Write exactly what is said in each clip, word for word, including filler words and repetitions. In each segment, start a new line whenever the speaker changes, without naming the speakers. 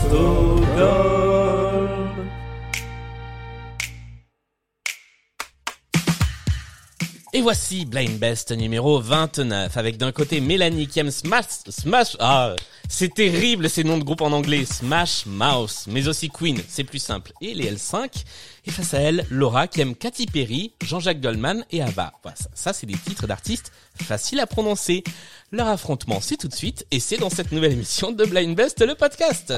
Stodome. Et voici Blind Best numéro vingt-neuf, avec d'un côté Mélanie qui aime Smash, Smash, ah, c'est terrible ces noms de groupe en anglais, Smash Mouth, mais aussi Queen, c'est plus simple, et les L cinq, et face à elle, Laura qui aime Katy Perry, Jean-Jacques Goldman et ABBA. Voilà, ça, ça c'est des titres d'artistes faciles à prononcer. Leur affrontement, c'est tout de suite, et c'est dans cette nouvelle émission de Blind Best, le podcast.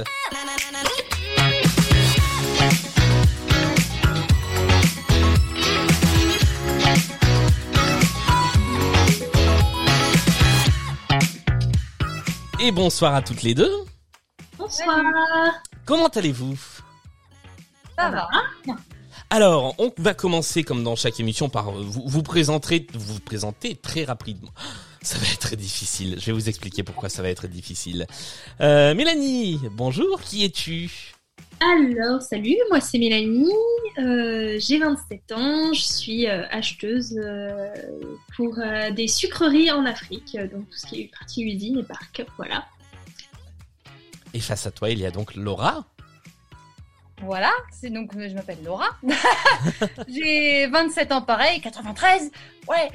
Et bonsoir à toutes les deux.
Bonsoir.
Comment allez-vous ?
Ça va.
Alors, on va commencer comme dans chaque émission par vous, vous présenter, vous présenter très rapidement. Ça va être très difficile. Je vais vous expliquer pourquoi ça va être difficile. Euh, Mélanie, bonjour. Qui es-tu ?
Alors, salut, moi c'est Mélanie, euh, j'ai vingt-sept ans, je suis euh, acheteuse euh, pour euh, des sucreries en Afrique, euh, donc tout ce qui est partie usine et parc, voilà.
Et face à toi, il y a donc Laura.
Voilà, c'est donc je m'appelle Laura, j'ai vingt-sept ans pareil, quatre-vingt-treize, ouais.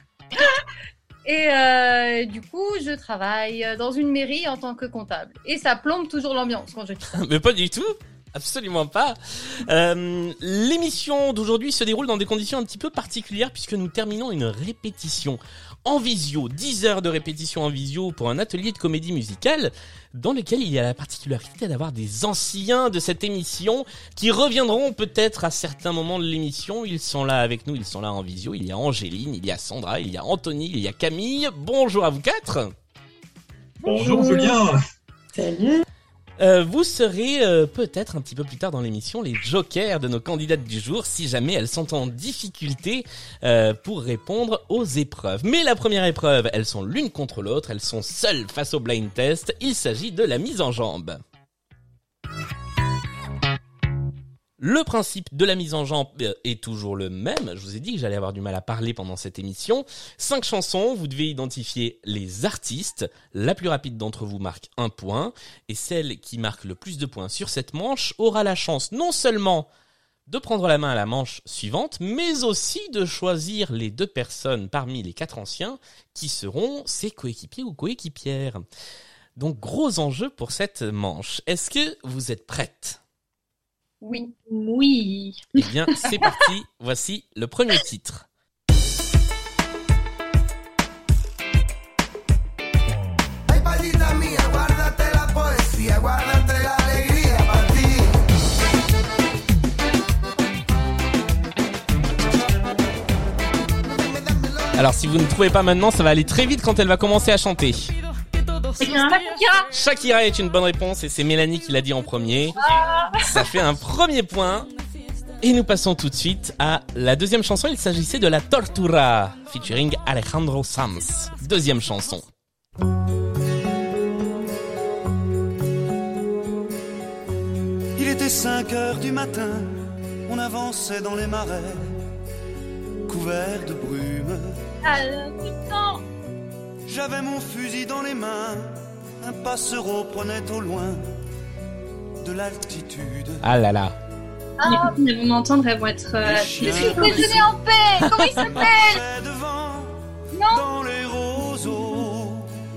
Et euh, du coup, je travaille dans une mairie en tant que comptable. Et ça plombe toujours l'ambiance quand je dis ça.
Mais pas du tout, absolument pas. Euh, l'émission d'aujourd'hui se déroule dans des conditions un petit peu particulières puisque nous terminons une répétition en visio, dix heures de répétition en visio pour un atelier de comédie musicale dans lequel il y a la particularité d'avoir des anciens de cette émission qui reviendront peut-être à certains moments de l'émission. Ils sont là avec nous, ils sont là en visio. Il y a Angéline, il y a Sandra, il y a Anthony, il y a Camille. Bonjour à vous quatre.
Bonjour Julien.
Salut.
Euh, vous serez euh, peut-être un petit peu plus tard dans l'émission les jokers de nos candidates du jour si jamais elles sont en difficulté euh, pour répondre aux épreuves. Mais la première épreuve, elles sont l'une contre l'autre, elles sont seules face au blind test. Il s'agit de la mise en jambe. Le principe de la mise en jambe est toujours le même. Je vous ai dit que j'allais avoir du mal à parler pendant cette émission. Cinq chansons, vous devez identifier les artistes. La plus rapide d'entre vous marque un point. Et celle qui marque le plus de points sur cette manche aura la chance non seulement de prendre la main à la manche suivante, mais aussi de choisir les deux personnes parmi les quatre anciens qui seront ses coéquipiers ou coéquipières. Donc gros enjeu pour cette manche. Est-ce que vous êtes prêtes ?
Oui. Oui.
Eh bien, c'est parti. Voici le premier titre. Alors, si vous ne trouvez pas maintenant, ça va aller très vite quand elle va commencer à chanter.
Shakira.
Shakira est une bonne réponse et c'est Mélanie qui l'a dit en premier. Ça fait un premier point. Et nous passons tout de suite à la deuxième chanson. Il s'agissait de La Tortura, featuring Alejandro Sanz. Deuxième chanson.
Il était cinq heures du matin, on avançait dans les marais, couverts de brume.
Alors, putain.
J'avais mon fusil dans les mains, un passereau prenait au loin de l'altitude.
Ah là là.
Les copines, elles vont m'entendre, elles vont être... Euh,
Déjeuner en paix. Comment il s'appelle ?
Devant,
Non.
dans les roseaux,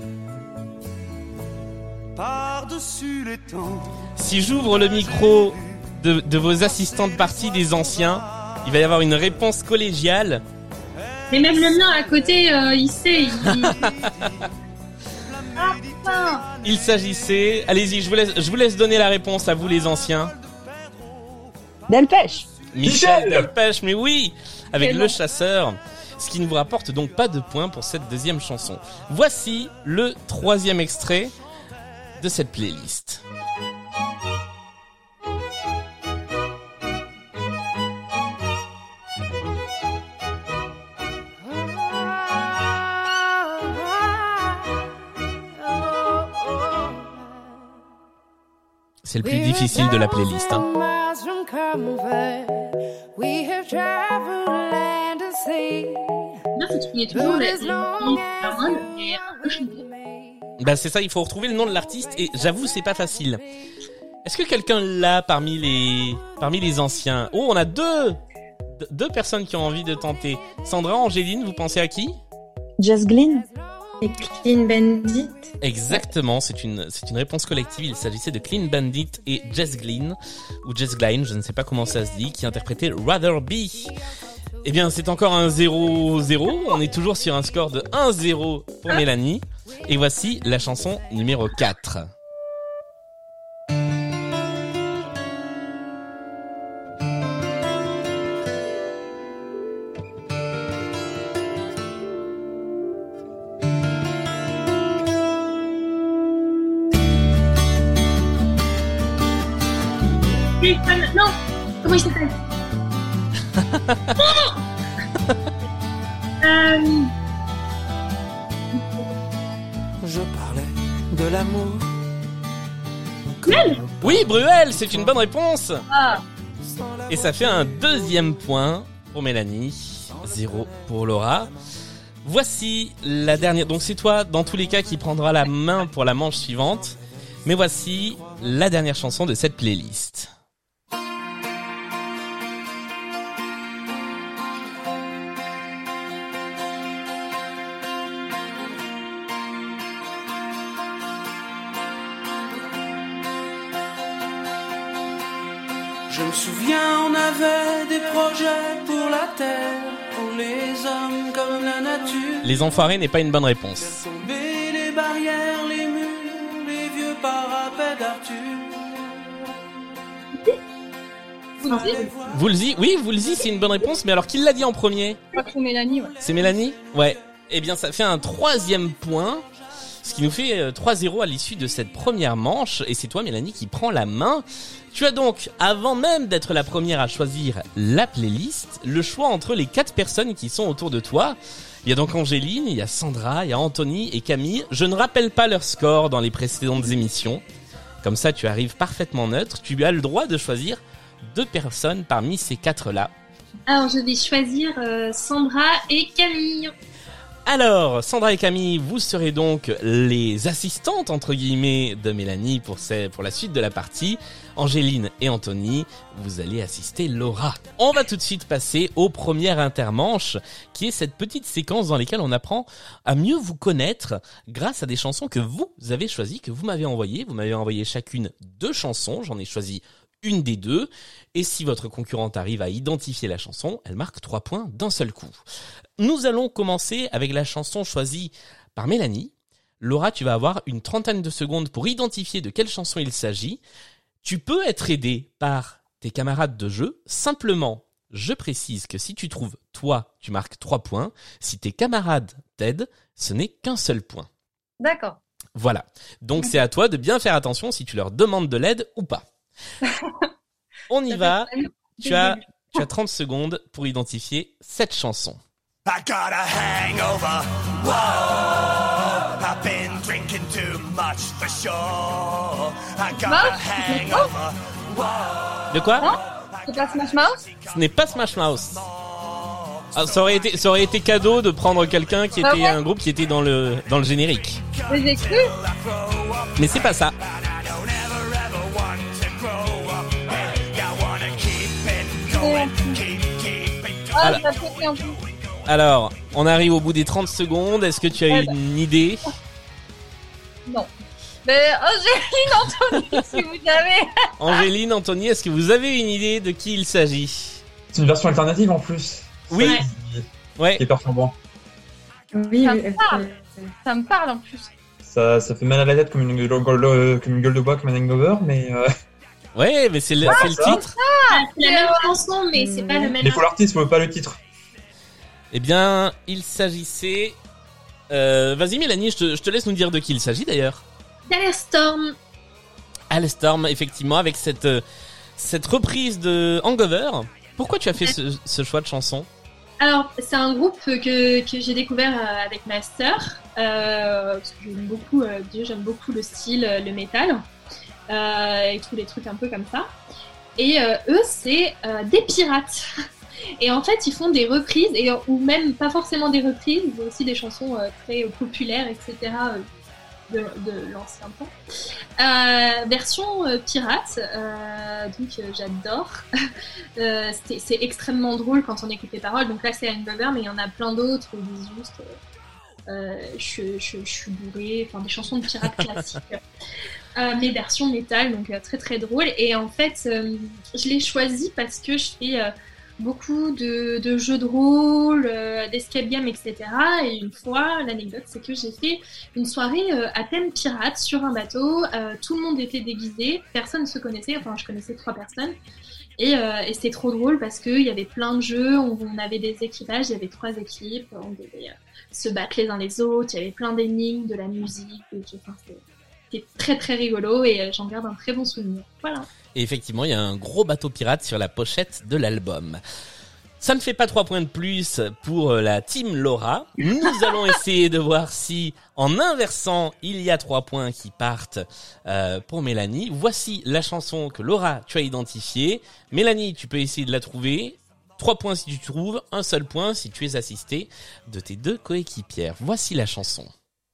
par-dessus les temps.
Si j'ouvre le micro de, de vos assistants de partie des anciens, il va y avoir une réponse collégiale.
Mais même le mien à côté, euh, il sait. Il... ah, putain.
Il s'agissait... Allez-y, je vous laisse, je vous laisse donner la réponse à vous les anciens.
Delpech.
Michel Delpech, mais oui, avec
Quel
Le
nom.
Chasseur, ce qui ne vous rapporte donc pas de points pour cette deuxième chanson. Voici le troisième extrait de cette playlist. C'est le plus difficile de la playlist, hein.
Là, faut trouver toujours les... les... paroles, mais un peu chanter.
Bah c'est ça, il faut retrouver le nom de l'artiste et j'avoue c'est pas facile. Est-ce que quelqu'un l'a parmi les parmi les anciens? Oh, on a deux deux personnes qui ont envie de tenter. Sandra, Angéline, vous pensez à qui?
Jess Glynn.
Et Clean Bandit.
Exactement, c'est une c'est une réponse collective. Il s'agissait de Clean Bandit et Jess Glynn ou Jess Glynn, je ne sais pas comment ça se dit, qui interprétait Rather Be. Eh bien, c'est encore un zéro zéro. On est toujours sur un score de un zéro pour Mélanie. Et voici la chanson numéro quatre.
Non, comment il s'appelle? euh...
Je parlais de l'amour.
Bruel.
Oui, Bruel, c'est une bonne réponse.
Ah,
Et ça fait un deuxième point pour Mélanie, zéro pour Laura. Voici la dernière. Donc c'est toi, dans tous les cas, qui prendra la main pour la manche suivante. Mais voici la dernière chanson de cette playlist.
Je me souviens, on avait des projets pour la terre, pour les hommes comme la nature.
Les enfoirés n'est pas une bonne réponse.
Faire tomber les barrières, les murs, les vieux parapets d'Arthur.
Vous le dites?
Woolsey, oui, Woolsey, c'est une bonne réponse. Mais alors, qui l'a dit en premier?
je crois que c'est Mélanie, ouais.
C'est Mélanie? Ouais. Eh bien, ça fait un troisième point. Ce qui nous fait trois zéro à l'issue de cette première manche. Et c'est toi, Mélanie, qui prend la main. Tu as donc, avant même d'être la première à choisir la playlist, le choix entre les quatre personnes qui sont autour de toi. Il y a donc Angéline, il y a Sandra, il y a Anthony et Camille. Je ne rappelle pas leur score dans les précédentes émissions. Comme ça, tu arrives parfaitement neutre. Tu as le droit de choisir deux personnes parmi ces quatre-là.
Alors, je vais choisir euh, Sandra et Camille.
Alors, Sandra et Camille, vous serez donc les assistantes, entre guillemets, de Mélanie pour, ces, pour la suite de la partie. Angéline et Anthony, vous allez assister Laura. On va tout de suite passer au premier intermanche, qui est cette petite séquence dans laquelle on apprend à mieux vous connaître grâce à des chansons que vous avez choisies, que vous m'avez envoyées. Vous m'avez envoyé chacune deux chansons, j'en ai choisi une des deux, et si votre concurrente arrive à identifier la chanson, elle marque trois points d'un seul coup. Nous allons commencer avec la chanson choisie par Mélanie. Laura, tu vas avoir une trentaine de secondes pour identifier de quelle chanson il s'agit. Tu peux être aidé par tes camarades de jeu. Simplement, je précise que si tu trouves, toi, tu marques trois points. Si tes camarades t'aident, ce n'est qu'un seul point.
D'accord.
Voilà. Donc c'est à toi de bien faire attention si tu leur demandes de l'aide ou pas. On y va. Tu as, tu as trente secondes pour identifier cette chanson.
I got a hangover, whoa, I've been drinking too much for sure. I got a hangover, whoa.
De quoi?
Non, c'est pas Smash Mouth?
Ce n'est pas Smash Mouth. Ah, ça aurait été, ça aurait été cadeau de prendre quelqu'un qui était
Ah ouais.
un groupe qui était dans le, dans le générique.
Les exclus?
Mais c'est pas ça.
Ah,
Voilà.
je l'ai pété en plus.
Alors, on arrive au bout des trente secondes. Est-ce que tu as
Ouais,
une idée?
Non. Mais Angéline, Anthony, si vous avez.
Angéline, Anthony, est-ce que vous avez une idée de qui il s'agit?
C'est une version alternative en plus.
Oui.
Ça qui-
Ouais.
qui est perturbant.
Oui,
Ça
oui,
me parle. Ça me parle en plus.
Ça, ça fait mal à la tête comme une gueule, gueule- comme une gueule de bois, comme un hangover, mais euh,
Ouais, mais c'est le, c'est le
ça.
titre.
Ah, c'est la même chanson, mais c'est pas le même.
il faut l'artiste, mais pas le titre.
Eh bien, il s'agissait... Euh, vas-y Mélanie, je te, je te laisse nous dire de qui il s'agit d'ailleurs.
Storm.
Alstorm, effectivement, avec cette, euh, cette reprise de Hangover. Pourquoi tu as fait ce, ce choix de chanson?
Alors, c'est un groupe que, que j'ai découvert euh, avec ma sœur. Euh, parce que j'aime beaucoup, euh, Dieu, j'aime beaucoup le style, euh, le métal. Euh, et tous les trucs un peu comme ça. Et euh, eux, c'est euh, des pirates. Et en fait, ils font des reprises, et, ou même pas forcément des reprises, ils ont aussi des chansons euh, très euh, populaires, et cetera. Euh, de, de l'ancien temps. Euh, version euh, pirate, euh, donc euh, j'adore. euh, c'est, c'est extrêmement drôle quand on écoute les paroles. Donc là c'est Hangover, mais il y en a plein d'autres. Ils disent juste euh, euh, je, je, je suis bourré, enfin des chansons de pirates classiques. Euh, mes versions métal, donc euh, très très drôle. Et en fait, euh, je l'ai choisi parce que je fais euh, beaucoup de, de jeux de rôle, euh, d'escape game, et cetera. Et une fois, l'anecdote, c'est que j'ai fait une soirée euh, à thème pirate sur un bateau. Euh, tout le monde était déguisé, personne ne se connaissait, enfin je connaissais trois personnes. Et, euh, et c'était trop drôle parce qu'il y avait plein de jeux, on, on avait des équipages, il y avait trois équipes, on devait euh, se battre les uns les autres, il y avait plein d'énigmes, de la musique, de, enfin, c'était... C'était très très rigolo et j'en garde un très bon souvenir. Voilà.
Et effectivement, il y a un gros bateau pirate sur la pochette de l'album. Ça ne fait pas trois points de plus pour la team Laura. Nous allons essayer de voir si, en inversant, il y a trois points qui partent euh, pour Mélanie. Voici la chanson que Laura, tu as identifiée. Mélanie, tu peux essayer de la trouver. Trois points si tu trouves, un seul point si tu es assisté de tes deux coéquipières. Voici la chanson.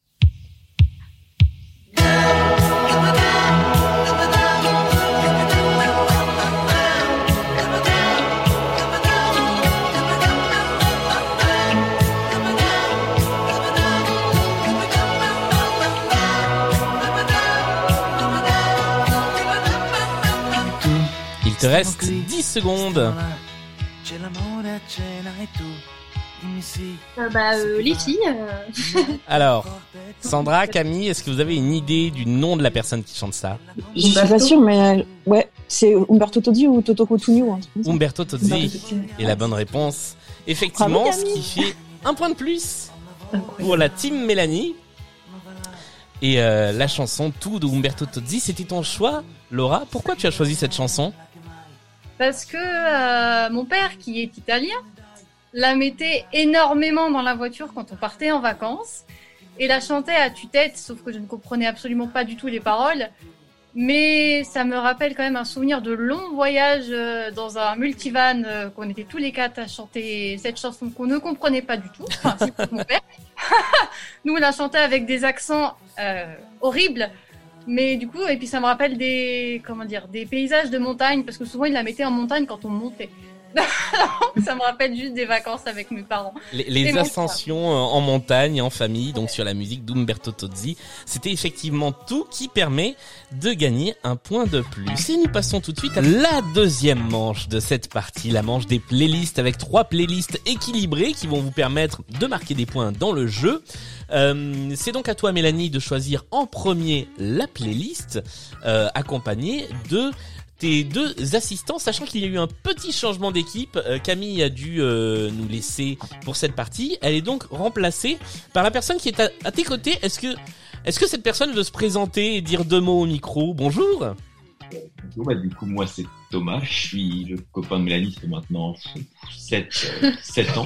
Il te reste dix secondes.
Euh, bah, euh, les filles. Euh...
Alors, Sandra, Camille, est-ce que vous avez une idée du nom de la personne qui chante ça?
Je suis pas sûre, mais euh, ouais, c'est Umberto Tozzi ou Toto Cutugno. Hein,
Umberto Tozzi est la bonne réponse. Effectivement,
Bravo,
ce qui fait un point de plus pour la team Mélanie. Et euh, la chanson Tout de Umberto Tozzi, c'était ton choix, Laura. Pourquoi tu as choisi cette chanson?
Parce que euh, mon père, qui est italien, la mettait énormément dans la voiture quand on partait en vacances et la chantait à tue-tête, sauf que je ne comprenais absolument pas du tout les paroles. Mais ça me rappelle quand même un souvenir de longs voyages dans un multivan, euh, qu'on était tous les quatre à chanter cette chanson qu'on ne comprenait pas du tout. Enfin, c'est pour mon père. Nous, on la chantait avec des accents euh, horribles. Mais du coup, et puis ça me rappelle des, comment dire, des paysages de montagne, parce que souvent il la mettait en montagne quand on montait. Ça me rappelle juste des vacances avec mes parents.
Les, les ascensions en montagne, en famille, donc sur la musique d'Umberto Tozzi. C'était effectivement tout qui permet de gagner un point de plus. Et nous passons tout de suite à la deuxième manche de cette partie, la manche des playlists, avec trois playlists équilibrées qui vont vous permettre de marquer des points dans le jeu. Euh, c'est donc à toi, Mélanie, de choisir en premier la playlist, euh, accompagnée de tes deux assistants, sachant qu'il y a eu un petit changement d'équipe. Euh, Camille a dû euh, nous laisser pour cette partie. Elle est donc remplacée par la personne qui est à, à tes côtés. Est-ce que, est-ce que cette personne veut se présenter et dire deux mots au micro? Bonjour.
Bonjour, bah, du coup, moi, c'est Thomas. Je suis le copain de Mélanie, ça fait maintenant sept ans.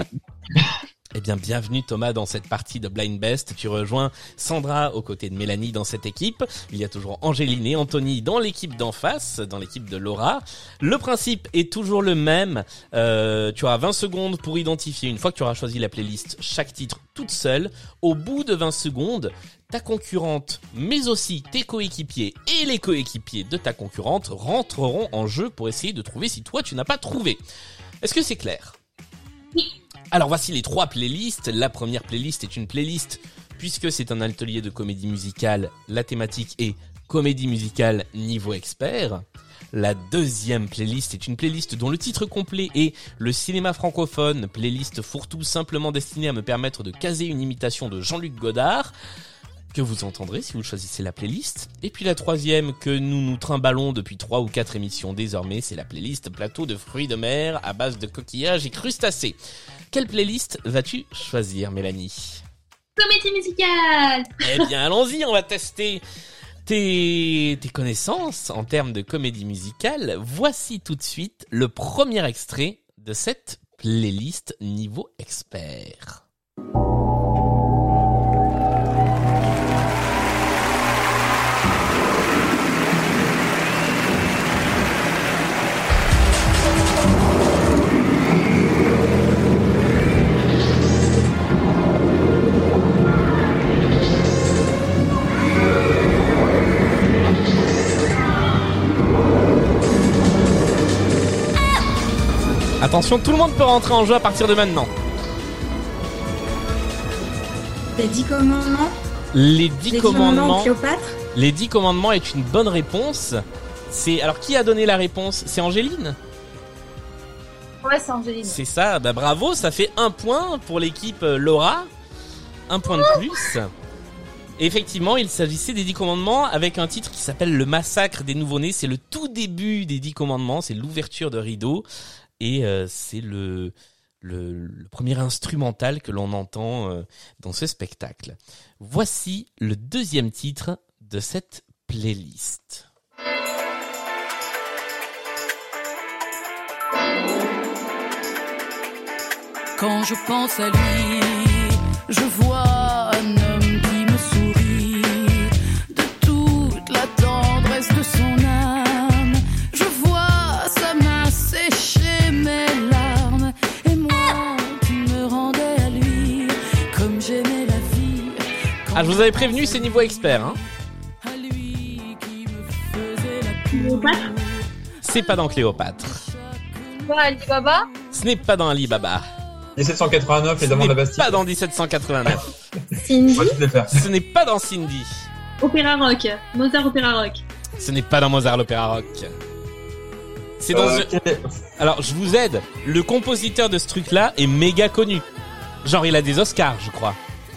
Eh bien, bienvenue Thomas dans cette partie de Blind Best. Tu rejoins Sandra aux côtés de Mélanie dans cette équipe. Il y a toujours Angéline et Anthony dans l'équipe d'en face, dans l'équipe de Laura. Le principe est toujours le même. Euh, tu auras vingt secondes pour identifier, une fois que tu auras choisi la playlist, chaque titre toute seule. Au bout de vingt secondes, ta concurrente, mais aussi tes coéquipiers et les coéquipiers de ta concurrente rentreront en jeu pour essayer de trouver si toi tu n'as pas trouvé. Est-ce que c'est clair ? Alors voici les trois playlists. La première playlist est une playlist, puisque c'est un atelier de comédie musicale, la thématique est comédie musicale niveau expert. La deuxième playlist est une playlist dont le titre complet est le cinéma francophone, playlist fourre-tout simplement destinée à me permettre de caser une imitation de Jean-Luc Godard, que vous entendrez si vous choisissez la playlist. Et puis la troisième que nous nous trimballons depuis trois ou quatre émissions désormais, c'est la playlist plateau de fruits de mer à base de coquillages et crustacés. Quelle playlist vas-tu choisir, Mélanie ?
Comédie musicale.
Eh bien, allons-y, on va tester tes, tes connaissances en termes de comédie musicale. Voici tout de suite le premier extrait de cette playlist niveau expert. Attention, tout le monde peut rentrer en jeu à partir de maintenant.
Les dix commandements.
Les dix
Les dix
commandements.
commandements Cléopâtre.
Les dix commandements est une bonne réponse. C'est alors qui a donné la réponse? C'est Angéline?
Ouais, c'est Angéline.
C'est ça. Bah bravo, ça fait un point pour l'équipe euh, Laura. Un point de plus. Et effectivement, il s'agissait des dix commandements avec un titre qui s'appelle Le Massacre des Nouveau-Nés. C'est le tout début des dix commandements. C'est l'ouverture de rideau et euh, c'est le, le le premier instrumental que l'on entend euh, dans ce spectacle. Voici le deuxième titre de cette playlist.
Quand je pense à lui, je vois un homme qui me sourit de toute la tendresse de son âme. Je vois sa main sécher mes larmes et moi qui me rendais à lui comme j'aimais la vie.
Ah, je vous avais prévenu, c'est niveau expert, hein.
À lui qui me faisait la
Cléopâtre.
C'est pas dans Cléopâtre.
Quoi, Alibaba?
Ce n'est pas dans Alibaba.
dix-sept cent quatre-vingt-neuf, les
Ce
Amants de la
n'est
Bastille.
pas dans dix-sept cent quatre-vingt-neuf.
Cindy.
On va tous les faire.
Ce n'est pas dans Cindy.
Opéra rock. Mozart opéra rock.
Ce n'est pas dans Mozart l'opéra rock. C'est dans...
Euh,
The-
quel est-
Alors, je vous aide. Le compositeur de ce truc-là est méga connu. Genre, il a des Oscars, je crois.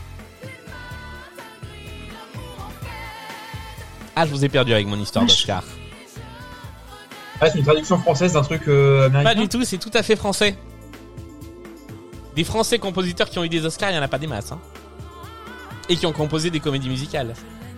Ah, je vous ai perdu avec mon histoire d'Oscar.
Ah, c'est une traduction française d'un truc euh, américain.
Pas du tout, c'est tout à fait français. Des Français compositeurs qui ont eu des Oscars, il n'y en a pas des masses. Hein. Et qui ont composé des comédies musicales.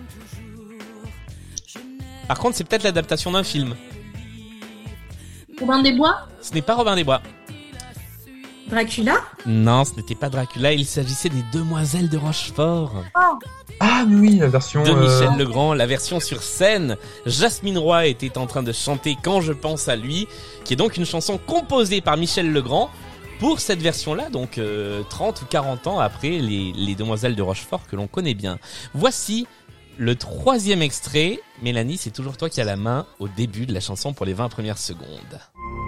Par contre, c'est peut-être l'adaptation d'un film.
Robin des Bois.
Ce n'est pas Robin des Bois.
Dracula.
Non, ce n'était pas Dracula, il s'agissait des Demoiselles de Rochefort.
Ah, mais oui, la version.
De
euh,
Michel Legrand, la version sur scène. Jasmine Roy était en train de chanter Quand je pense à lui, qui est donc une chanson composée par Michel Legrand pour cette version-là, donc euh, trente ou quarante ans après les, les Demoiselles de Rochefort que l'on connaît bien. Voici le troisième extrait. Mélanie, c'est toujours toi qui as la main au début de la chanson pour les vingt premières secondes.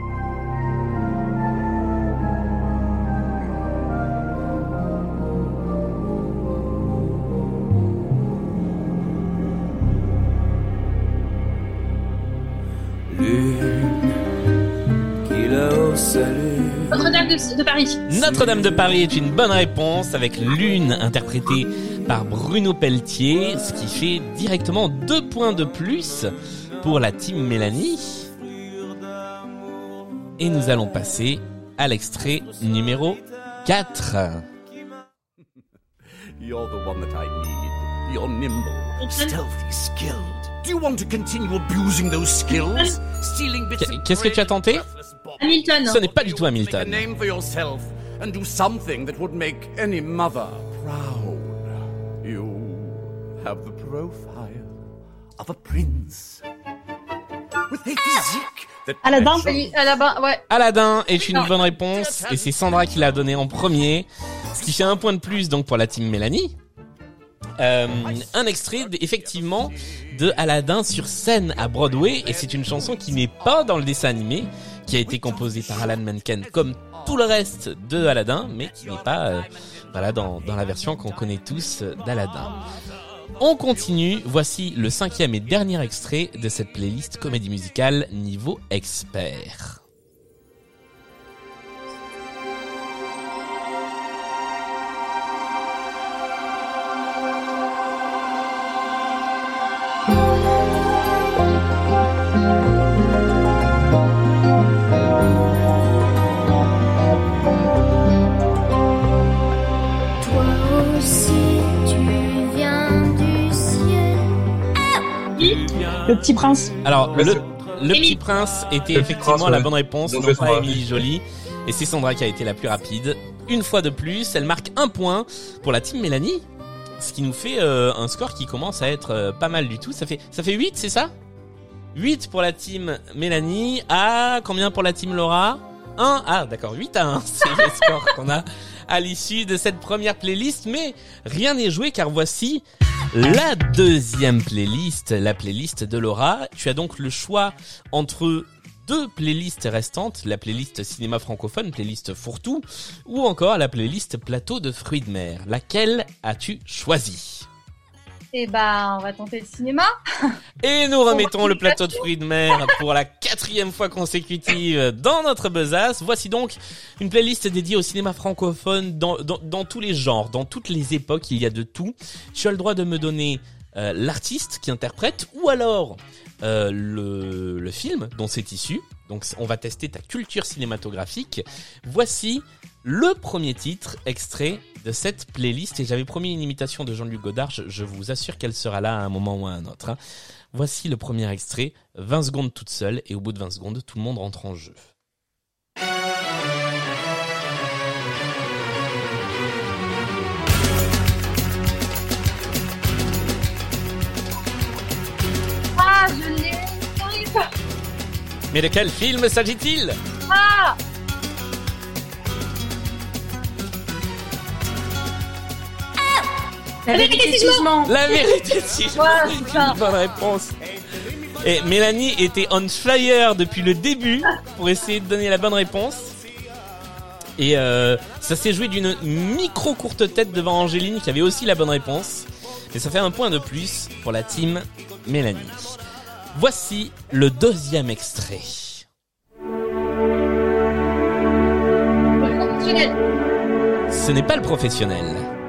Notre-Dame de, de Paris.
Notre-Dame de Paris est une bonne réponse avec Lune interprétée par Bruno Pelletier, ce qui fait directement deux points de plus pour la team Mélanie. Et nous allons passer à l'extrait numéro quatre.
You're the one that I need. You're nimble, stealthy, skilled. Do you want to continue abusing those skills? Stealing bits of
Qu'est-ce que tu as tenté?
Hamilton.
Ce n'est pas du tout
Make a
Hamilton.
name for yourself and do something that would make any mother proud. You have the profile of a prince with a physique that
Aladdin.
matches-
Oui, à la bas, ouais.
Aladdin est une
Non.
bonne réponse et c'est Sandra qui l'a donné en premier, ce qui fait un point de plus donc pour la team Mélanie. Euh, un extrait effectivement de Aladdin sur scène à Broadway et c'est une chanson qui n'est pas dans le dessin animé, qui a été composée par Alan Menken comme tout le reste de Aladdin, mais qui n'est pas euh, voilà dans, dans la version qu'on connaît tous d'Aladdin. On continue, voici le cinquième et dernier extrait de cette playlist comédie musicale niveau expert.
Toi aussi, tu viens du ciel.
Le Petit Prince.
Alors,
Ouais,
le,
c'est-
le Petit
Émilie.
Prince était
Le Petit
effectivement
Prince,
la
ouais.
bonne réponse,
Donc,
non
je
pas
Sandra.
Émilie Jolie. Et c'est Sandra qui a été la plus rapide. Une fois de plus, elle marque un point pour la team Mélanie. Ce qui nous fait euh, un score qui commence à être euh, pas mal du tout. Ça fait ça fait huit, c'est ça? huit pour la team Mélanie. À combien pour la team Laura? un. Ah, d'accord, huit à un. C'est le score qu'on a à l'issue de cette première playlist. Mais rien n'est joué car voici la deuxième playlist, la playlist de Laura. Tu as donc le choix entre deux playlists restantes, la playlist cinéma francophone, playlist fourre-tout, ou encore la playlist plateau de fruits de mer. Laquelle as-tu choisi ?
Eh ben, on va tenter le cinéma.
Et nous remettons le plateau de fruits de mer pour la quatrième fois consécutive dans notre besace. Voici donc une playlist dédiée au cinéma francophone dans, dans, dans tous les genres, dans toutes les époques, il y a de tout. Tu as le droit de me donner euh, l'artiste qui interprète ou alors euh, le, le film dont c'est issu. Donc on va tester ta culture cinématographique. Voici le premier titre extrait de cette playlist, et j'avais promis une imitation de Jean-Luc Godard, je, je vous assure qu'elle sera là à un moment ou à un autre. Hein. Voici le premier extrait, vingt secondes toute seule, et au bout de vingt secondes, tout le monde rentre en jeu.
Ah, je l'ai, j'arrive pas.
Mais de quel film s'agit-il ?
Ah,
La vérité du jugement.
La vérité du jugement.
Ouais,
C'est
c'est ça.
une bonne réponse. Et Mélanie était on fire depuis le début pour essayer de donner la bonne réponse. Et euh, ça s'est joué d'une micro courte tête devant Angéline qui avait aussi la bonne réponse. Et ça fait un point de plus pour la team Mélanie. Voici le deuxième extrait.
professionnel.
Ce n'est pas le professionnel.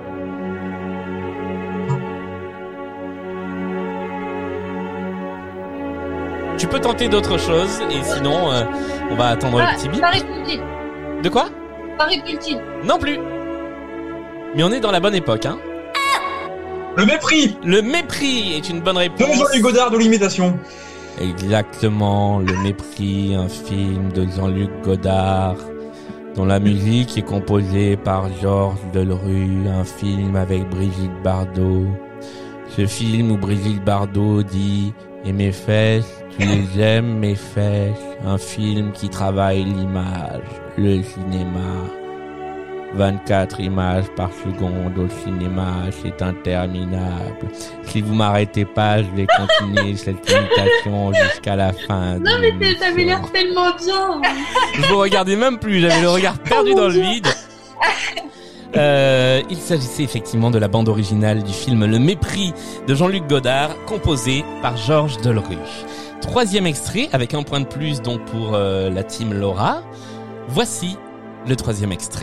Tu peux tenter d'autres choses et sinon euh, on va attendre
Ah,
le petit bip.
Paris Pultine.
De quoi ?
Paris Pultine.
Non plus. Mais on est dans la bonne époque, hein.
Le mépris
Le mépris est une bonne
de
réponse.
Jean-Luc Godard de l'imitation.
Exactement, Le Mépris, un film de Jean-Luc Godard, dont la musique est composée par Georges Delerue, un film avec Brigitte Bardot. Ce film où Brigitte Bardot dit « Et mes fesses, tu les aimes mes fesses ?» Un film qui travaille l'image, le cinéma. vingt-quatre images par seconde au cinéma, c'est interminable. Si vous m'arrêtez pas, je vais continuer cette imitation jusqu'à la fin.
Non
de
mais
l'émission.
t'avais l'air tellement bien.
Je vous regardais même plus, j'avais le regard perdu dans le vide. Euh, il s'agissait effectivement de la bande originale du film Le Mépris de Jean-Luc Godard, composé par Georges Delerue. Troisième extrait, avec un point de plus donc pour euh, la team Laura. Voici le troisième extrait.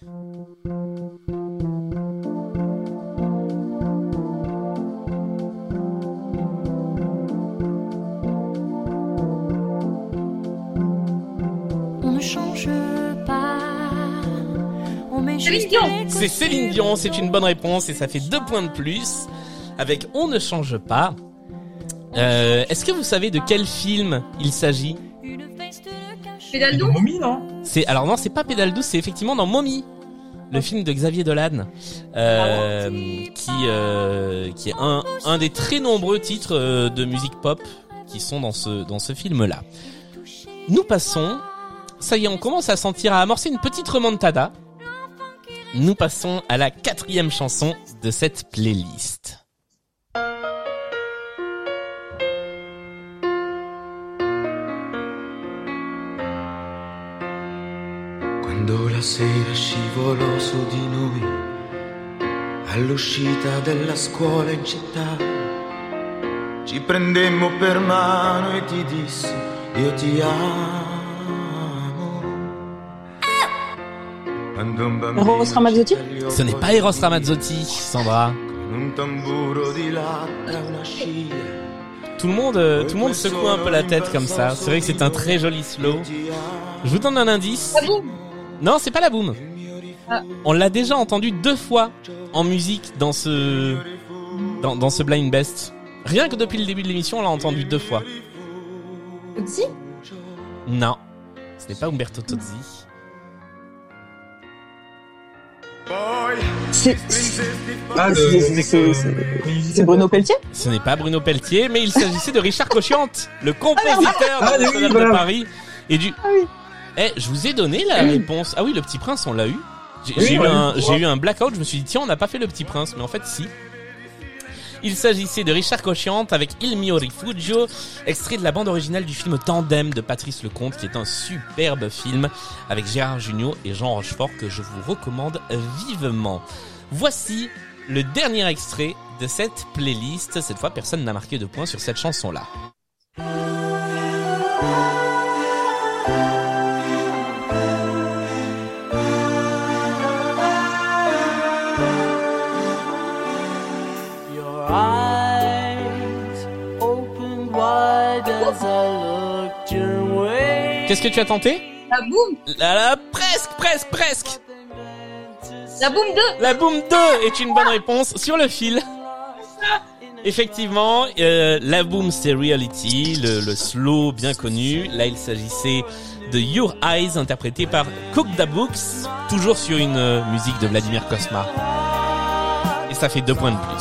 On ne change pas. On met
Céline
juste
Dion.
les
C'est Céline Dion, c'est une bonne réponse et ça fait deux points de plus avec On ne change pas. Euh, est-ce que vous savez de quel film il s'agit ?
Pédale
Une
douce.
momie, non?
C'est alors non, c'est pas Pédale douce, c'est effectivement dans Mommy, le film de Xavier Dolan, euh, qui euh, qui est un un des très nombreux titres euh, de musique pop qui sont dans ce dans ce film-là. Nous passons, ça y est, on commence à sentir à amorcer une petite remontada. Nous passons à la quatrième chanson de cette playlist.
Quando la sera scivolò su di noi, all'uscita della scuola in città, ci prendemmo per mano e ti dissi io ti amo. Quando un bambino
Eros Ramazzotti?
Ce n'est pas Eros Ramazzotti, Sandra.
con un tamburo di latta, una scia.
Tout le monde, euh, tout le monde secoue un peu la tête comme ça. C'est vrai que c'est un très joli slow. Je vous donne un indice.
La boum.
Non, c'est pas la boum.
Ah.
On l'a déjà entendu deux fois en musique dans ce dans, dans ce Blind Best. Rien que depuis le début de l'émission, on l'a entendu deux fois.
Tozzi?
Non, ce n'est pas Umberto Tozzi.
C'est
Ah, le...
c'est- c'est- c'est- c'est Bruno Pelletier?
Ce n'est pas Bruno Pelletier, mais il s'agissait de Richard Cochiante, le compositeur
Ah,
de
oui,
Notre-Dame
voilà.
de Paris. Et du...
Ah oui.
Eh, je vous ai donné la réponse. Ah oui, le Petit Prince, on l'a eu. J'ai
Oui,
j'ai eu,
ouais.
un, j'ai eu un blackout, je me suis dit, tiens, on n'a pas fait le Petit Prince. Mais en fait, si. Il s'agissait de Richard Cochiante avec Il mio rifugio, extrait de la bande originale du film Tandem de Patrice Lecomte, qui est un superbe film avec Gérard Jugnot et Jean Rochefort que je vous recommande vivement. Voici le dernier extrait de cette playlist. Cette fois, personne n'a marqué de points sur cette chanson-là. Qu'est-ce que tu as tenté?
La boum.
La, la, presque, presque, presque.
La boum deux.
La boum deux est une bonne réponse sur le fil. Effectivement, euh, la boom c'est Reality, le, le slow bien connu. Là, il s'agissait de Your Eyes, interprété par Cook the Books, toujours sur une euh, musique de Vladimir Cosma. Et ça fait deux points de plus.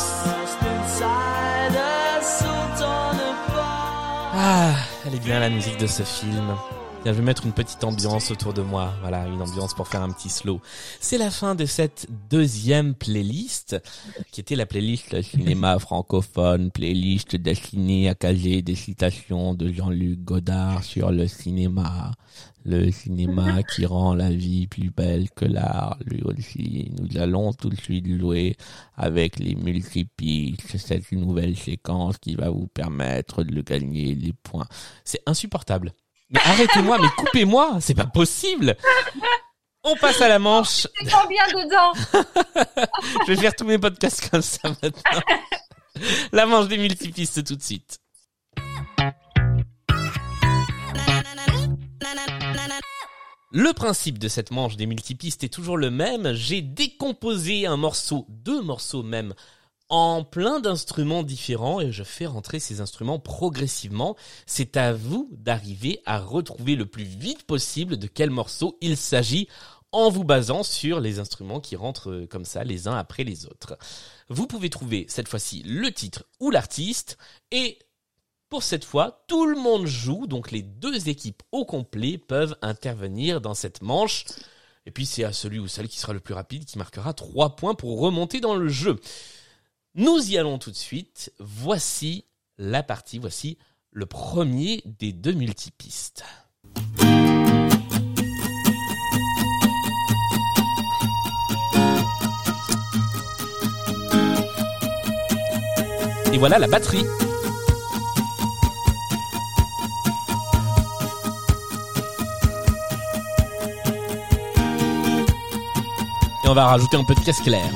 Ah, elle est bien la musique de ce film. Tiens, je vais mettre une petite ambiance autour de moi. Voilà, une ambiance pour faire un petit slow. C'est la fin de cette deuxième playlist, qui était la playlist cinéma francophone, playlist destinée à caser des citations de Jean-Luc Godard sur le cinéma. Le cinéma qui rend la vie plus belle que l'art, lui aussi. Nous allons tout de suite jouer avec les multipistes, cette nouvelle séquence qui va vous permettre de gagner des points. C'est insupportable. Mais arrêtez-moi, mais coupez-moi, c'est pas possible. On passe à la manche.
C'est combien dedans?
Je vais faire tous mes podcasts comme ça maintenant. La manche des multipistes tout de suite. Le principe de cette manche des multipistes est toujours le même. J'ai décomposé un morceau, deux morceaux même, en plein d'instruments différents et je fais rentrer ces instruments progressivement. C'est à vous d'arriver à retrouver le plus vite possible de quel morceau il s'agit en vous basant sur les instruments qui rentrent comme ça les uns après les autres. Vous pouvez trouver cette fois-ci le titre ou l'artiste et pour cette fois, tout le monde joue, donc les deux équipes au complet peuvent intervenir dans cette manche. Et puis c'est à celui ou celle qui sera le plus rapide qui marquera trois points pour remonter dans le jeu. Nous y allons tout de suite. Voici la partie, voici le premier des deux multipistes. Et voilà la batterie. Et on va rajouter un peu de caisse claire.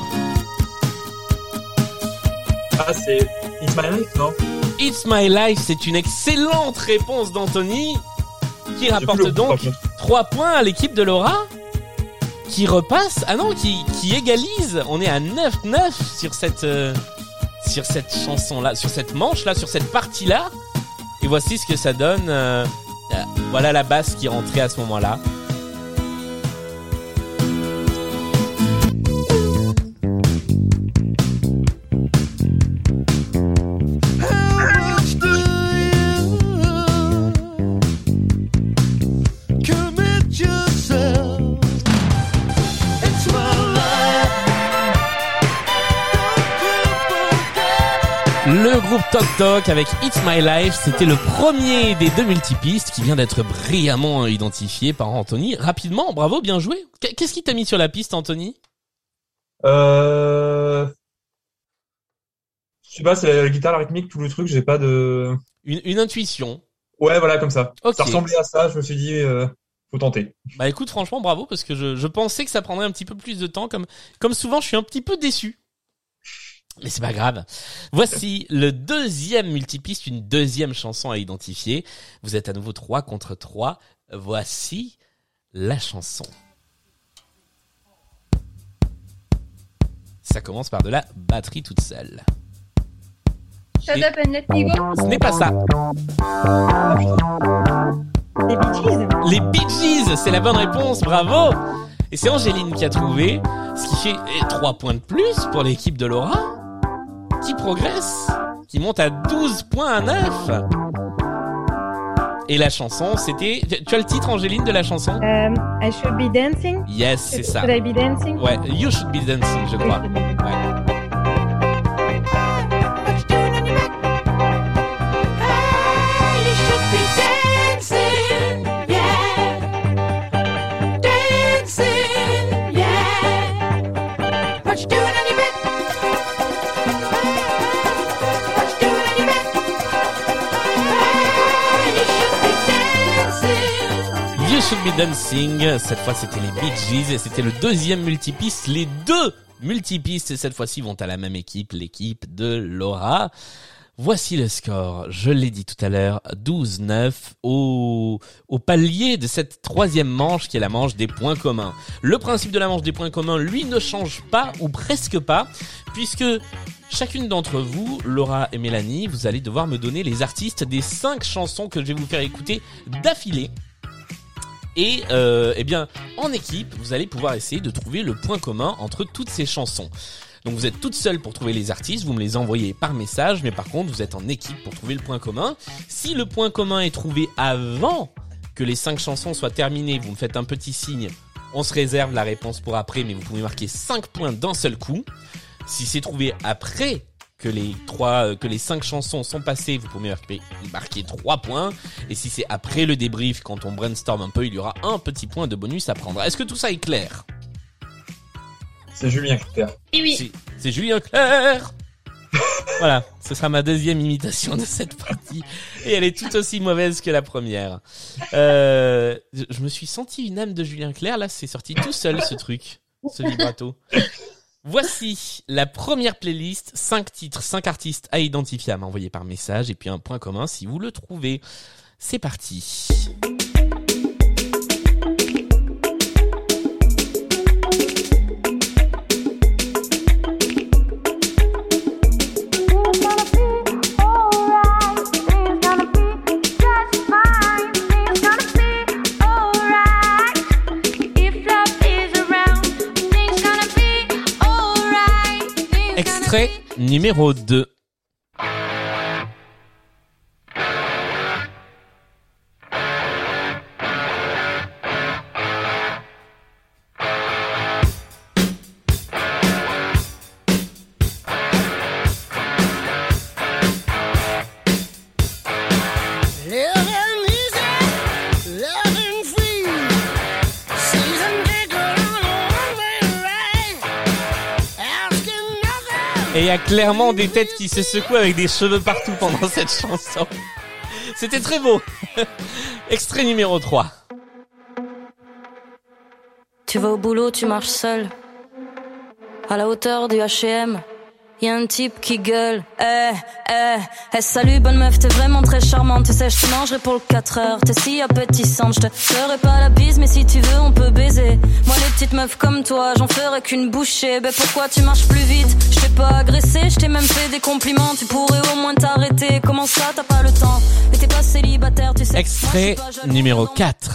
Ah, c'est It's My Life, non?
It's My Life, c'est une excellente réponse d'Anthony, qui rapporte donc trois points à l'équipe de Laura, qui repasse, ah non, qui, qui égalise. On est à neuf neuf sur cette, euh, sur cette chanson-là, sur cette manche-là, sur cette partie-là. Et voici ce que ça donne. Euh, euh, voilà la basse qui est rentrée à ce moment-là. Le groupe Toc Toc avec It's My Life, c'était le premier des deux multipistes qui vient d'être brillamment identifié par Anthony. Rapidement, bravo, bien joué. Qu'est-ce qui t'a mis sur la piste, Anthony?
Euh... Je sais pas, c'est la guitare, la rythmique, tout le truc, j'ai pas de...
Une, une intuition.
Ouais, voilà, comme ça.
Okay.
Ça ressemblait à ça, je me suis dit, euh, faut tenter.
Bah écoute, franchement, bravo, parce que je, je pensais que ça prendrait un petit peu plus de temps. Comme, comme souvent, je suis un petit peu déçu. Mais c'est pas grave. Voici le deuxième multipiste, une deuxième chanson à identifier. Vous êtes à nouveau trois contre trois. Voici la chanson. Ça commence par de la batterie toute seule.
Shut up and let me go.
Ce n'est pas ça.
Les Bee Gees.
Les Bee Gees, c'est la bonne réponse, bravo. Et c'est Angéline qui a trouvé, ce qui fait trois points de plus pour l'équipe de Laura, qui progresse, qui monte à douze points à neuf. Et la chanson, c'était... Tu as le titre, Angéline, de la chanson?
Um, I Should Be Dancing.
Yes, c'est ça.
Should I Be Dancing?
Ouais, You Should Be Dancing, je crois. Ouais. Should Be Dancing. Cette fois, c'était les Bee Gees et c'était le deuxième multipiste. Les deux multipistes, cette fois-ci, vont à la même équipe, l'équipe de Laura. Voici le score. Je l'ai dit tout à l'heure, douze neuf au, au palier de cette troisième manche qui est la manche des points communs. Le principe de la manche des points communs, lui, ne change pas ou presque pas, puisque chacune d'entre vous, Laura et Mélanie, vous allez devoir me donner les artistes des cinq chansons que je vais vous faire écouter d'affilée. Et euh, eh bien, en équipe, vous allez pouvoir essayer de trouver le point commun entre toutes ces chansons. Donc vous êtes toutes seules pour trouver les artistes, vous me les envoyez par message, mais par contre vous êtes en équipe pour trouver le point commun. Si le point commun est trouvé avant que les cinq chansons soient terminées, vous me faites un petit signe, on se réserve la réponse pour après, mais vous pouvez marquer cinq points d'un seul coup. Si c'est trouvé après que les trois, que les cinq chansons sont passées, vous pouvez marquer, marquer trois points. Et si c'est après le débrief, quand on brainstorm un peu, il y aura un petit point de bonus à prendre. Est-ce que tout ça est clair ?
C'est Julien Clerc.
Et oui.
C'est, c'est Julien Clerc. Voilà, ce sera ma deuxième imitation de cette partie. Et elle est tout aussi mauvaise que la première. Euh, je me suis senti une âme de Julien Clerc. Là, c'est sorti tout seul, ce truc. Ce vibrato. Voici la première playlist. cinq titres, cinq artistes à identifier, à m'envoyer par message. Et puis un point commun si vous le trouvez. C'est parti. Extrait numéro deux. Et il y a clairement des têtes qui se secouent avec des cheveux partout pendant cette chanson. C'était très beau. Extrait numéro trois.
Tu vas au boulot, tu marches seul. À la hauteur du H et M, y a un type qui gueule. Eh, eh, eh, salut bonne meuf, t'es vraiment très charmante. Tu sais, je te mangerai pour le quatre heures. T'es si appétissante, je te ferai pas la bise, mais si tu veux, on peut baiser. Moi, les petites meufs comme toi, j'en ferai qu'une bouchée. Ben pourquoi tu marches plus vite? Je t'ai pas agressé, je t'ai même fait des compliments. Tu pourrais au moins t'arrêter. Comment ça, t'as pas le temps? Mais t'es pas célibataire, tu sais.
Extrait numéro quatre.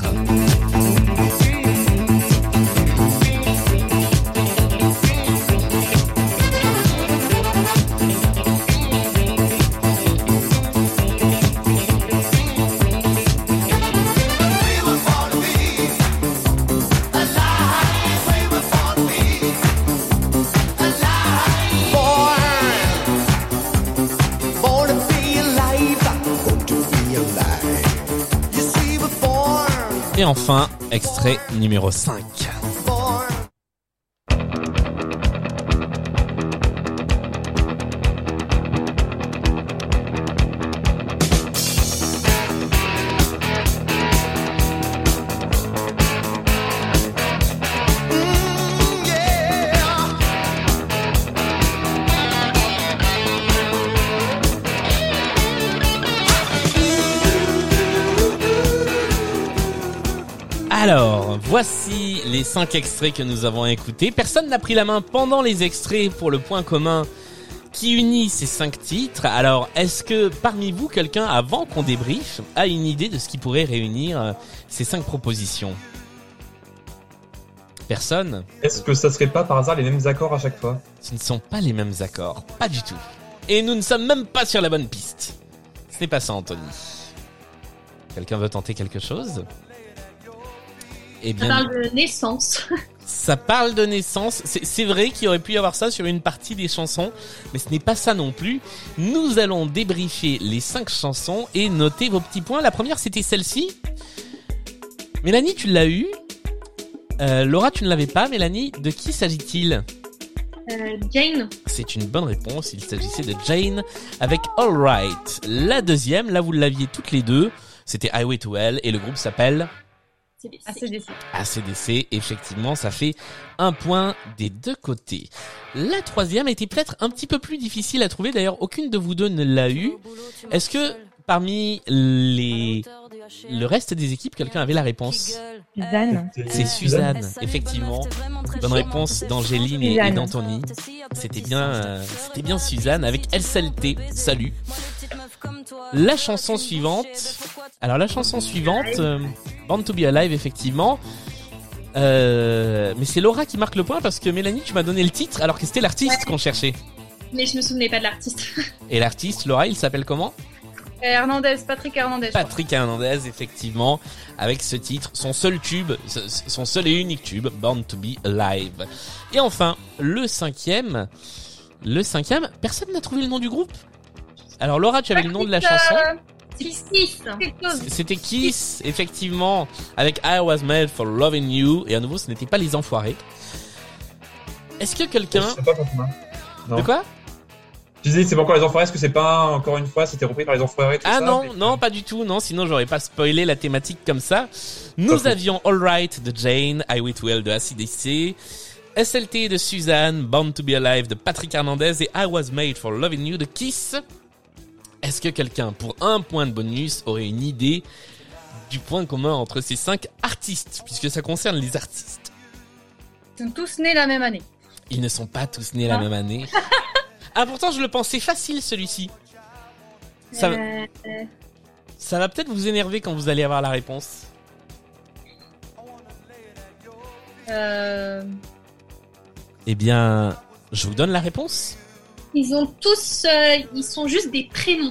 Et enfin, extrait numéro cinq. Alors, voici les cinq extraits que nous avons écoutés. Personne n'a pris la main pendant les extraits pour le point commun qui unit ces cinq titres. Alors, est-ce que parmi vous, quelqu'un, avant qu'on débriefe, a une idée de ce qui pourrait réunir ces cinq propositions ? Personne ?
Est-ce que ça serait pas par hasard les mêmes accords à chaque fois ?
Ce ne sont pas les mêmes accords, pas du tout. Et nous ne sommes même pas sur la bonne piste. Ce n'est pas ça, Anthony. Quelqu'un veut tenter quelque chose ? Eh bien,
ça parle de naissance.
Ça parle de naissance. C'est, c'est vrai qu'il aurait pu y avoir ça sur une partie des chansons, mais ce n'est pas ça non plus. Nous allons débriefer les cinq chansons et noter vos petits points. La première, c'était celle-ci. Mélanie, tu l'as eu. Euh, Laura, tu ne l'avais pas. Mélanie, de qui s'agit-il ?
Euh, Jane.
C'est une bonne réponse. Il s'agissait de Jane avec All Right. La deuxième, là, vous l'aviez toutes les deux. C'était Highway to Hell et le groupe s'appelle
A C D C.
A C D C, effectivement, ça fait un point des deux côtés. La troisième était peut-être un petit peu plus difficile à trouver. D'ailleurs, aucune de vous deux ne l'a eu. Est-ce que parmi les le reste des équipes, quelqu'un avait la réponse?
Suzanne.
C'est Suzanne, effectivement. Bonne réponse d'Angéline et, et d'Anthony. C'était bien, euh, c'était bien Suzanne avec S L T. Salut. La chanson suivante. Alors la chanson suivante, euh, Born to be Alive, effectivement. Euh, mais c'est Laura qui marque le point parce que Mélanie, tu m'as donné le titre alors que c'était l'artiste qu'on cherchait.
Mais je me souvenais pas de l'artiste.
Et l'artiste, Laura, il s'appelle comment?
Hernandez, Patrick Hernandez.
Patrick Hernandez, effectivement, avec ce titre, son seul tube, son seul et unique tube, Born to be Alive. Et enfin, le cinquième, le cinquième, personne n'a trouvé le nom du groupe. Alors Laura, tu avais le nom de la chanson?
Kiss.
C'était Kiss, effectivement, avec I Was Made for Loving You. Et à nouveau, ce n'était pas les Enfoirés. Est-ce que quelqu'un...
Je sais pas pourquoi. Non.
De quoi?
Tu disais, c'est pas encore les Enfoirés, est-ce que c'est pas, encore une fois, c'était repris par les Enfoirés, tout
Ah
ça,
non,
mais...
non, pas du tout, non, sinon j'aurais pas spoilé la thématique comme ça. Nous
Pas
avions All Right de Jane, I Wait Well de A C D C, S L T de Suzanne, Born to be Alive de Patrick Hernandez et I Was Made for Loving You de Kiss. Est-ce que quelqu'un, pour un point de bonus, aurait une idée du point commun entre ces cinq artistes, puisque ça concerne les artistes?
Ils sont tous nés la même année.
Ils ne sont pas tous nés la
Ah.
même année. Ah, pourtant, je le pensais facile, celui-ci. Ça, va-
Euh,
ça va peut-être vous énerver quand vous allez avoir la réponse.
Euh...
Eh bien, je vous donne la réponse.
Ils ont tous, euh, ils sont juste des prénoms.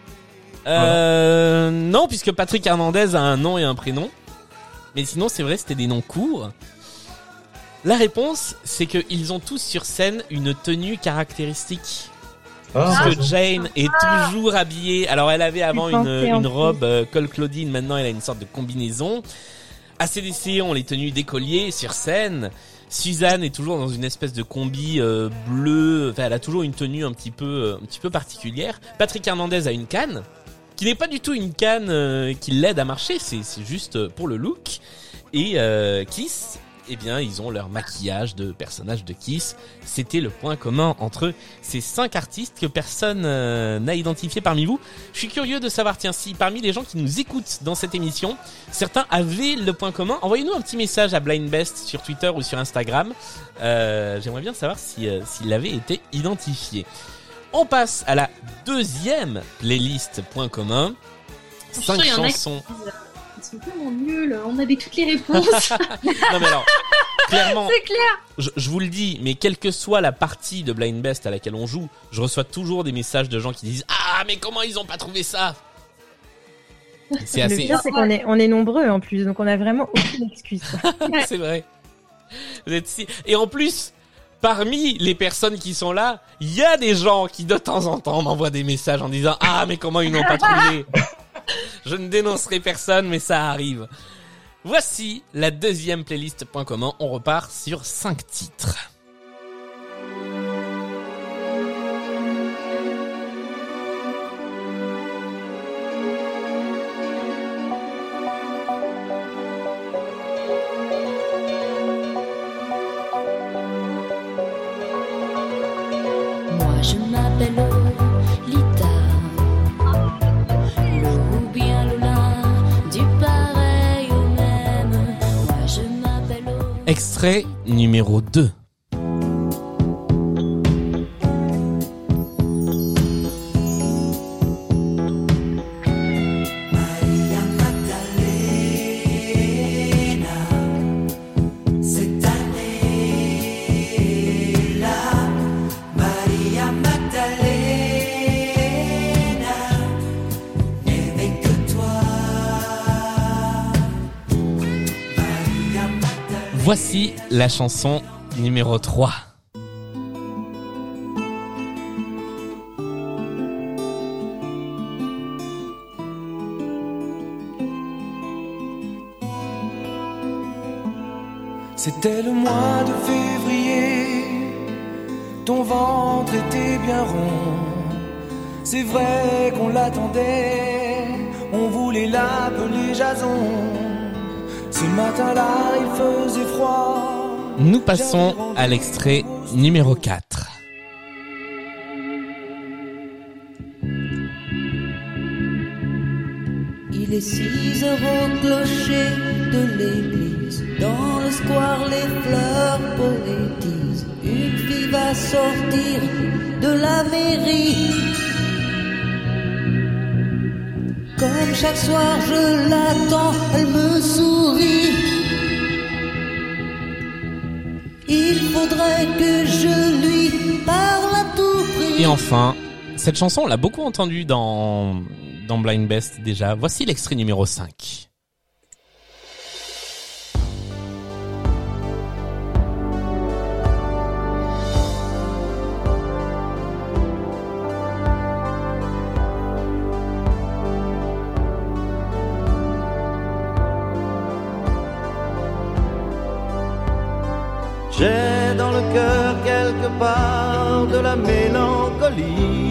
Euh, non, puisque Patrick Hernandez a un nom et un prénom. Mais sinon, c'est vrai, c'était des noms courts. La réponse, c'est qu'ils ont tous sur scène une tenue caractéristique.
Ah,
Parce que
ah,
Jane est toujours habillée. Alors, elle avait avant
Je
une,
pensais en
une
plus.
robe euh, col Claudine. Maintenant, elle a une sorte de combinaison. A C D C ont les tenues d'écoliers sur scène. Suzanne est toujours dans une espèce de combi euh, bleu. Enfin, elle a toujours une tenue un petit peu, euh, un petit peu particulière. Patrick Hernandez a une canne, qui n'est pas du tout une canne euh, qui l'aide à marcher. C'est, c'est juste pour le look. Et euh, Kiss, eh bien, ils ont leur maquillage de personnage de Kiss. C'était le point commun entre ces cinq artistes que personne euh, n'a identifié parmi vous. Je suis curieux de savoir, tiens, si parmi les gens qui nous écoutent dans cette émission, certains avaient le point commun. Envoyez-nous un petit message à Blind Best sur Twitter ou sur Instagram. Euh, j'aimerais bien savoir si, euh, s'il avait été identifié. On passe à la deuxième playlist point commun. Cinq
sûr, il y en a qui
chansons.
disent, Ils sont tellement nuls, on avait toutes les réponses.
Non mais alors, clairement,
C'est clair.
je, je vous le dis, mais quelle que soit la partie de Blind Best à laquelle on joue, je reçois toujours des messages de gens qui disent « Ah, mais comment ils ont pas trouvé ça ?» C'est
Le
assez...
pire, c'est qu'on est, on est nombreux en plus, donc on a vraiment aucune excuse. quoi.
C'est vrai. Vous êtes si... Et en plus, parmi les personnes qui sont là, il y a des gens qui de temps en temps m'envoient des messages en disant « Ah, mais comment ils n'ont pas trouvé ?» Je ne dénoncerai personne, mais ça arrive. Voici la deuxième playlist point commun. On repart sur cinq titres.
Moi je m'appelle Lolita, Lo ou bien Lola, du pareil au même. Moi je m'appelle Lola.
Extrait numéro deux.
Maria Magdalena, cette année-là, Maria Magdalena, n'aimait que toi. Maria Magdalena.
Voici la chanson numéro trois.
C'était le mois de février, ton ventre était bien rond. C'est vrai qu'on l'attendait, on voulait l'appeler Jason. Ce matin-là, il faisait froid.
Nous passons à l'extrait numéro quatre.
Il est six heures au clocher de l'église. Dans le square, les fleurs poétisent. Une fille va sortir de la mairie. Comme chaque soir, je l'attends, elle me sourit. Il faudrait que je lui parle à tout prix.
Et enfin, cette chanson, on l'a beaucoup entendue dans, dans Blind Best déjà. Voici l'extrait numéro cinq.
J'ai dans le cœur quelque part de la mélancolie.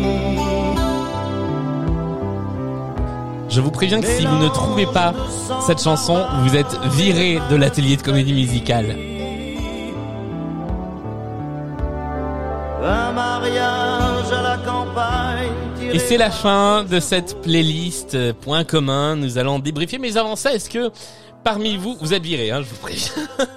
Je vous préviens que si vous ne trouvez pas cette chanson, vous êtes viré de l'atelier de comédie musicale.
Un mariage à la campagne.
Et c'est la fin de cette playlist Point commun. Nous allons débriefer. Mais avant ça, est-ce que parmi vous, vous êtes viré, hein, je vous préviens.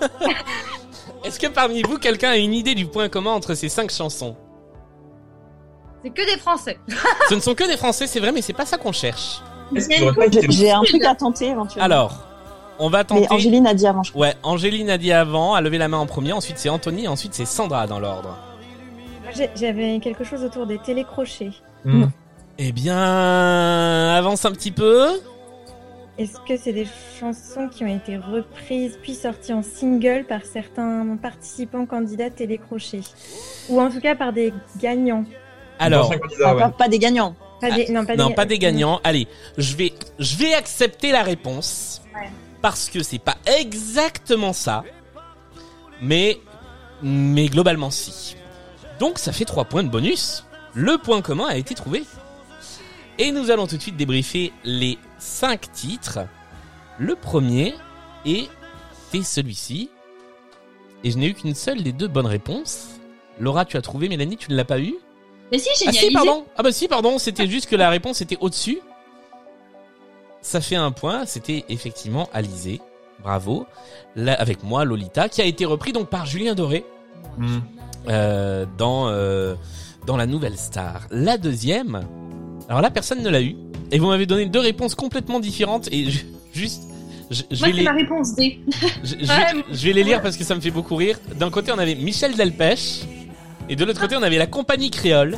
Est-ce que parmi vous, quelqu'un a une idée du point commun entre ces cinq chansons ?
C'est que des Français.
Ce ne sont que des Français, c'est vrai, mais c'est pas ça qu'on cherche.
J'ai un truc à tenter éventuellement.
Alors, on va tenter...
Mais Angéline a dit avant. Je crois.
Ouais, Angéline a dit avant, a levé la main en premier, ensuite c'est Anthony, et ensuite c'est Sandra dans l'ordre.
J'avais quelque chose autour des télécrochets.
Mmh. Eh bien, avance un petit peu.
Est-ce que c'est des chansons qui ont été reprises puis sorties en single par certains participants candidats télécrochés? Ou en tout cas par des gagnants?
Alors,
ah, pas, pas des gagnants.
Pas des, non, pas
non,
des,
pas des gagnants. Allez, je vais, je vais accepter la réponse. Ouais. Parce que c'est pas exactement ça. Mais, mais globalement si. Donc ça fait trois points de bonus. Le point commun a été trouvé. Et nous allons tout de suite débriefer les cinq titres. Le premier est celui-ci. Et je n'ai eu qu'une seule des deux bonnes réponses. Laura, tu as trouvé, Mélanie, tu ne l'as pas eu?
Mais si, j'ai
Ah
réalisé.
si, pardon. Ah bah si, pardon, c'était juste que la réponse était au-dessus. Ça fait un point, c'était effectivement Alizé. Bravo. Là, avec moi, Lolita, qui a été repris donc par Julien Doré. Mmh. Euh, dans, euh, dans La Nouvelle Star. La deuxième... Alors là, personne ne l'a eu. Et vous m'avez donné deux réponses complètement différentes. Et je, juste... Je, je
Moi,
vais
c'est
les...
ma réponse D.
Je, je, vais, je vais les lire parce que ça me fait beaucoup rire. D'un côté, on avait Michel Delpech. Et de l'autre côté, on avait la compagnie créole.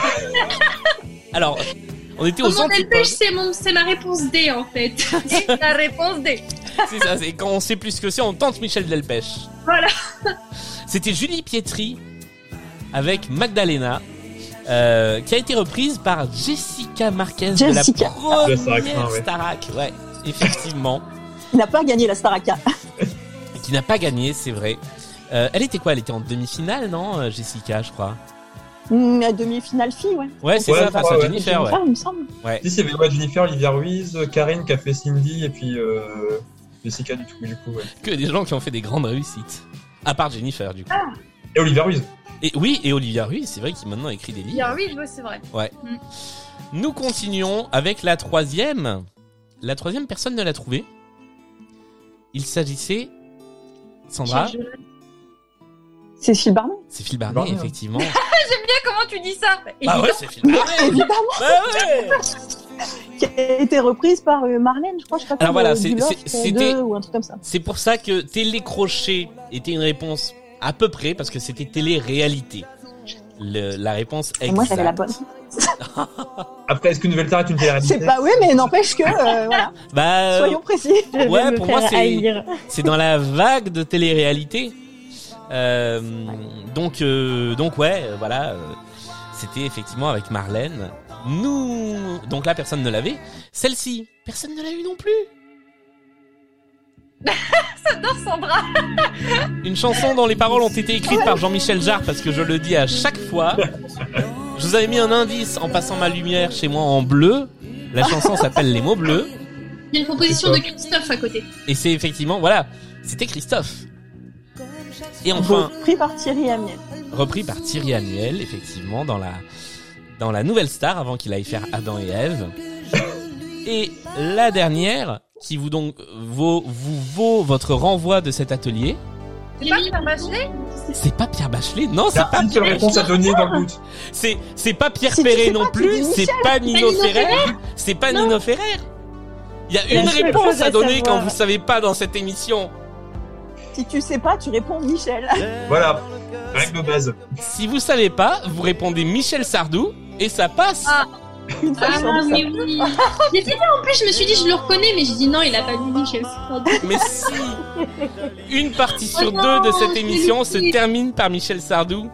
Alors, on était aux
Comment
antipodes.
Delpech, c'est, mon, c'est ma réponse D, en fait.
C'est la réponse D.
C'est ça, c'est quand on sait plus ce que c'est, on tente Michel Delpech.
Voilà.
C'était Julie Pietri avec Magdalena. Euh, qui a été reprise par Jessica Marquez
Jessica.
de la première
Ah, ouais.
Starac, ouais, effectivement.
Il n'a pas gagné la Staraca.
Qui n'a pas gagné, c'est vrai. Euh, elle était quoi? Elle était en demi-finale, non, Jessica, je crois.
Mmh, la demi-finale fille, ouais.
Ouais, c'est
Ouais,
ça, face à
ouais.
Jennifer, ouais.
Jennifer, il me semble.
Ouais.
Si, il y avait ouais, Jennifer, Olivia Ruiz, Karine qui a fait Cindy et puis euh, Jessica du tout, du coup, ouais.
Que des gens qui ont fait des grandes réussites. À part Jennifer, du coup.
Ah.
Et Olivia Ruiz.
Et oui, et Olivia Ruiz, c'est vrai qu'il maintenant écrit des livres.
Oui, c'est vrai.
Ouais.
Mm.
Nous continuons avec la troisième. La troisième, personne ne l'a trouvée. Il s'agissait... Sandra?
C'est Phil Barnet.
C'est Phil Barnet,
Barnet,
effectivement.
J'aime bien comment tu dis ça.
Bah ouais, c'est Phil Barnet.
Évidemment.
Bah ouais.
Qui a été reprise par euh, Marlène, je crois. Je sais pas.
Alors voilà,
de,
c'est,
du Loft,
c'est, c'était
deux, ou un truc comme ça.
C'est pour ça que télécrochet était une réponse à peu près, parce que c'était télé-réalité. Le, la réponse exacte.
Et moi, j'avais la bonne.
Après, est-ce que Nouvelle Star est une télé-réalité?
C'est pas oui, mais n'empêche que euh, voilà.
Bah, euh,
soyons précis.
Ouais,
me
pour
faire
moi, c'est,
haïr.
c'est dans la vague de télé-réalité. Euh, donc, euh, donc ouais, euh, voilà. Euh, c'était effectivement avec Marlène. Nous, donc là, personne ne l'avait. Celle-ci, personne ne l'a eu non plus.
J'adore Sandra.
Une chanson dont les paroles ont été écrites par Jean-Michel Jarre, parce que je le dis à chaque fois. Je vous avais mis un indice en passant ma lumière chez moi en bleu. La chanson s'appelle Les mots bleus.
Il y a une proposition de Christophe à côté.
Et c'est effectivement, voilà, c'était Christophe. Et enfin,
repris par Thierry Amiel.
Repris par Thierry Amiel, effectivement, dans la dans la Nouvelle Star, avant qu'il aille faire Adam et Ève. Et la dernière, qui vous donc vaut vous vaut votre renvoi de cet atelier.
C'est pas Pierre Bachelet?
C'est pas Pierre Bachelet, non, c'est
Il y a
pas
une seule
Pierre
réponse à donner dans le doute.
C'est c'est pas Pierre
Si tu
Perret
sais
non
pas, tu
plus,
dis
c'est
Michel.
pas Nino
Nino
Ferrer,
Ferrer.
c'est pas
Non.
Nino Ferrer. Il y a
La
une
seule
réponse
chose
à
à
donner
savoir.
quand vous savez pas dans cette émission.
Si tu sais pas, tu réponds Michel.
Voilà, règle de base.
Si vous savez pas, vous répondez Michel Sardou et ça passe.
Ah.
Une fois
Ah,
sur dix,
mais
ça-
oui. J'étais là, en plus, je me suis dit, je le reconnais, mais j'ai dit non, il a pas dit Michel Sardou.
Mais si une partie sur
Oh non,
deux de cette
je
émission
l'ai
se
dit.
termine par Michel Sardou,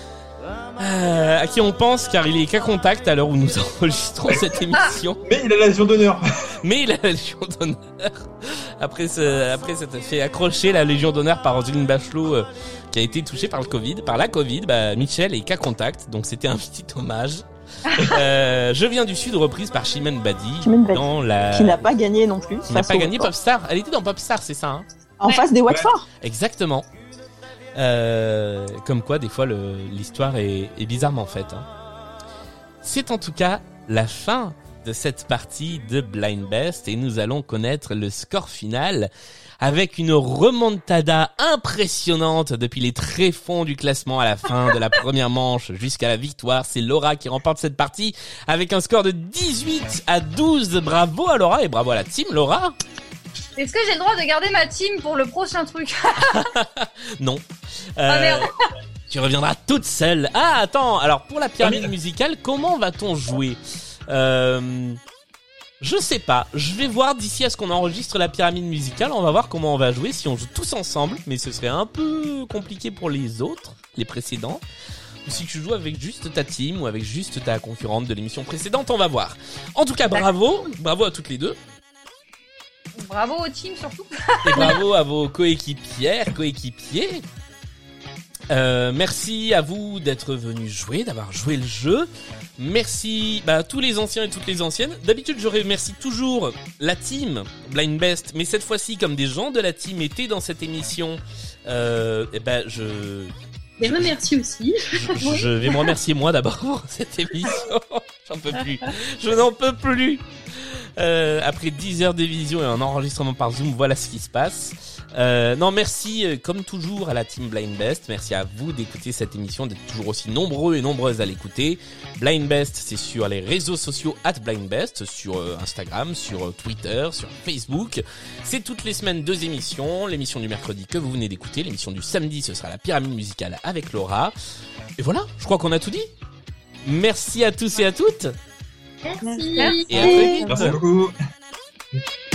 euh, à qui on pense car il est qu'à contact à l'heure où nous enregistrons cette émission.
Mais il a la Légion d'honneur.
Mais il a la Légion d'honneur. Après, ce, après s'être fait accrocher la Légion d'honneur par Roselyne Bachelot, euh, qui a été touchée par le Covid, par la Covid, bah, Michel est qu'à contact, donc c'était un petit hommage. euh, Je viens du Sud, reprise par Chimène Badi,
Chimène Badi,
dans la...
qui n'a pas gagné non plus.
qui n'a
face
pas
au
gagné
Watford.
Popstar. Elle était dans Popstar, c'est ça, hein?
En face des Watford.
Exactement. Euh, comme quoi, des fois, le, l'histoire est, est bizarrement faite. Hein. C'est en tout cas la fin de cette partie de Blind Best et nous allons connaître le score final avec une remontada impressionnante depuis les tréfonds du classement à la fin de la première manche jusqu'à la victoire. C'est Laura qui remporte cette partie avec un score de dix-huit à douze. Bravo à Laura et bravo à la team Laura.
Est-ce que j'ai le droit de garder ma team pour le prochain truc?
Non.
Ah merde.
Tu reviendras toute seule. Ah, attends. Alors, pour la pyramide musicale, comment va-t-on jouer? Euh, je sais pas. Je vais voir d'ici à ce qu'on enregistre la pyramide musicale. On va voir comment on va jouer si on joue tous ensemble. Mais ce serait un peu compliqué pour les autres, les précédents. Ou si tu joues avec juste ta team ou avec juste ta concurrente de l'émission précédente, on va voir. En tout cas, bravo. Bravo à toutes les deux.
Bravo au team surtout.
Et bravo à vos coéquipières, coéquipiers. Euh, merci à vous d'être venus jouer, d'avoir joué le jeu. Merci bah, à tous les anciens et toutes les anciennes. D'habitude, je remercie toujours la team Blind Best, mais cette fois-ci, comme des gens de la team étaient dans cette émission, euh, et ben je...
Les remercie aussi.
Je, je vais me remercier moi d'abord pour cette émission. J'en peux plus. Je n'en peux plus. Euh, après dix heures de vision et un enregistrement par Zoom, voilà ce qui se passe. Euh, non, merci euh, comme toujours à la team Blind Best. Merci à vous d'écouter cette émission, d'être toujours aussi nombreux et nombreuses à l'écouter. Blind Best, c'est sur les réseaux sociaux at Blind Best, sur euh, Instagram, sur euh, Twitter, sur Facebook. C'est toutes les semaines deux émissions. L'émission du mercredi que vous venez d'écouter, l'émission du samedi, ce sera la pyramide musicale avec Laura. Et voilà, je crois qu'on a tout dit. Merci à tous et à toutes.
Merci.
Et à très vite.
Merci beaucoup.